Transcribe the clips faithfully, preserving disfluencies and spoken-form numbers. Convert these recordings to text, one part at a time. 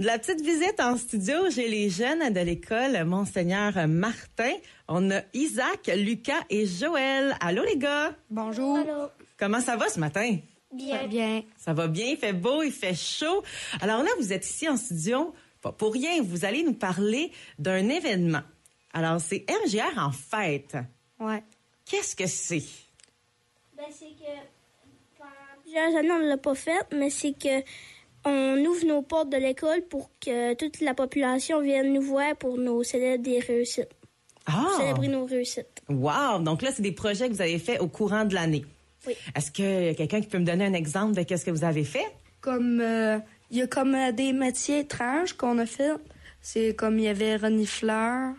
De la petite visite en studio, j'ai les jeunes de l'école Monseigneur Martin. On a Isaac, Lucas et Joël. Allô les gars? Bonjour. Allô. Comment ça va ce matin? Bien. Bien. Ça va bien, il fait beau, il fait chaud. Alors là, vous êtes ici en studio, pas pour rien, vous allez nous parler d'un événement. Alors, c'est M G R en fête. Ouais. Qu'est-ce que c'est? Ben, c'est que pendant plusieurs années, on ne l'a pas fait, mais c'est que on ouvre nos portes de l'école pour que toute la population vienne nous voir pour nous célébrer des réussites. Ah! Célébrer nos réussites. Wow! Donc là, c'est des projets que vous avez faits au courant de l'année. Oui. Est-ce qu'il y a quelqu'un qui peut me donner un exemple de qu'est-ce que vous avez fait? Comme euh, il y a comme euh, des métiers étranges qu'on a fait. C'est comme il y avait renifleur,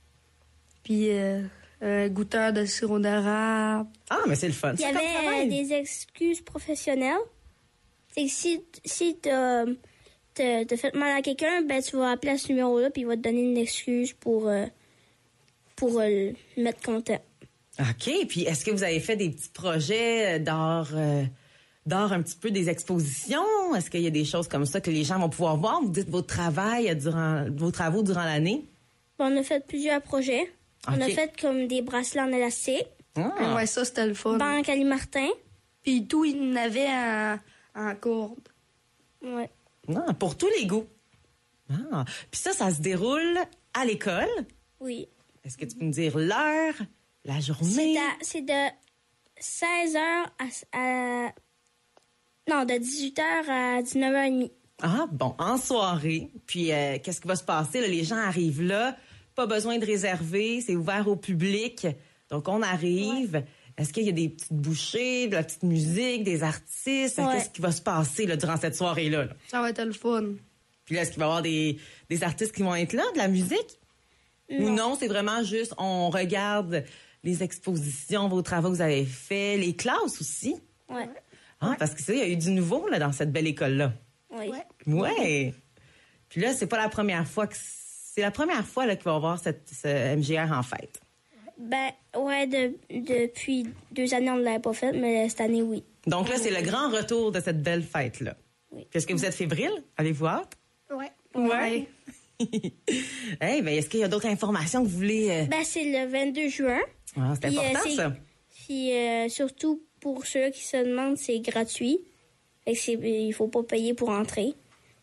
puis euh, euh, goûteur de sirop d'érable. Ah, mais c'est le fun. Il y C'est comme avait travail. euh, des excuses professionnelles. C'est que si, si t'as, t'as, t'as fait mal à quelqu'un, ben tu vas appeler à ce numéro-là puis il va te donner une excuse pour, euh, pour euh, le mettre content. OK. Puis, est-ce que vous avez fait des petits projets d'art, euh, d'art un petit peu, des expositions? Est-ce qu'il y a des choses comme ça que les gens vont pouvoir voir? Vous dites votre travail durant, vos travaux durant l'année? On a fait plusieurs projets. On a OK. fait comme des bracelets en élastique, Ah. Ouais, ça, c'était le fun. Banque Ali Martin. Puis tout, il en avait en, en corde. Ouais. Ah, pour tous les goûts. Ah. Puis ça, ça se déroule à l'école. Oui. Est-ce que tu peux me dire l'heure, la C'est, journée? à- c'est de seize heures à, à- Non, de dix-huit heures à dix-neuf heures trente. Ah, bon, en soirée. Puis, euh, qu'est-ce qui va se passer? Là? Les gens arrivent là, pas besoin de réserver, c'est ouvert au public. Donc, on arrive. Est-ce qu'il y a des petites bouchées, de la petite musique, des artistes? Ouais. Qu'est-ce qui va se passer là, durant cette soirée-là? là? Ça va être le fun. Puis là, est-ce qu'il va y avoir des, des artistes qui vont être là, de la musique? Ou non, c'est vraiment juste, on regarde les expositions, vos travaux que vous avez faits, les classes aussi. Ouais. Ah, parce que ça, il y a eu du nouveau là, dans cette belle école-là. Oui. Ouais. Puis là, c'est pas la première fois que c'est la première fois là qu'il va y avoir cette ce M G R en fête. Ben, ouais, de- depuis deux années, on ne l'avait pas fait, mais cette année, oui. Donc là, c'est le grand retour de cette belle fête là. Oui. Est-ce que vous êtes fébrile? Avez-vous hâte? Ouais. Ouais. Hey, ben est-ce qu'il y a d'autres informations que vous voulez euh... Ben, c'est le vingt-deux juin. Ah, c'est Puis, euh, important c'est- ça. Puis, euh, surtout, pour ceux qui se demandent, c'est gratuit. Fait que c'est, il faut pas payer pour entrer.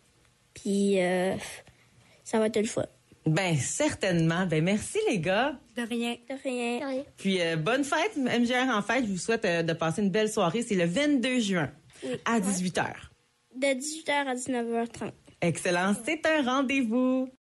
Puis, euh, ça va être le fun. Ben certainement. Ben merci les gars. De rien. De rien. De rien. Puis euh, bonne fête M G R en fête. Je vous souhaite euh, de passer une belle soirée. C'est le vingt-deux juin Oui. à dix-huit heures. De dix-huit heures à dix-neuf heures trente. Excellent. C'est un rendez-vous.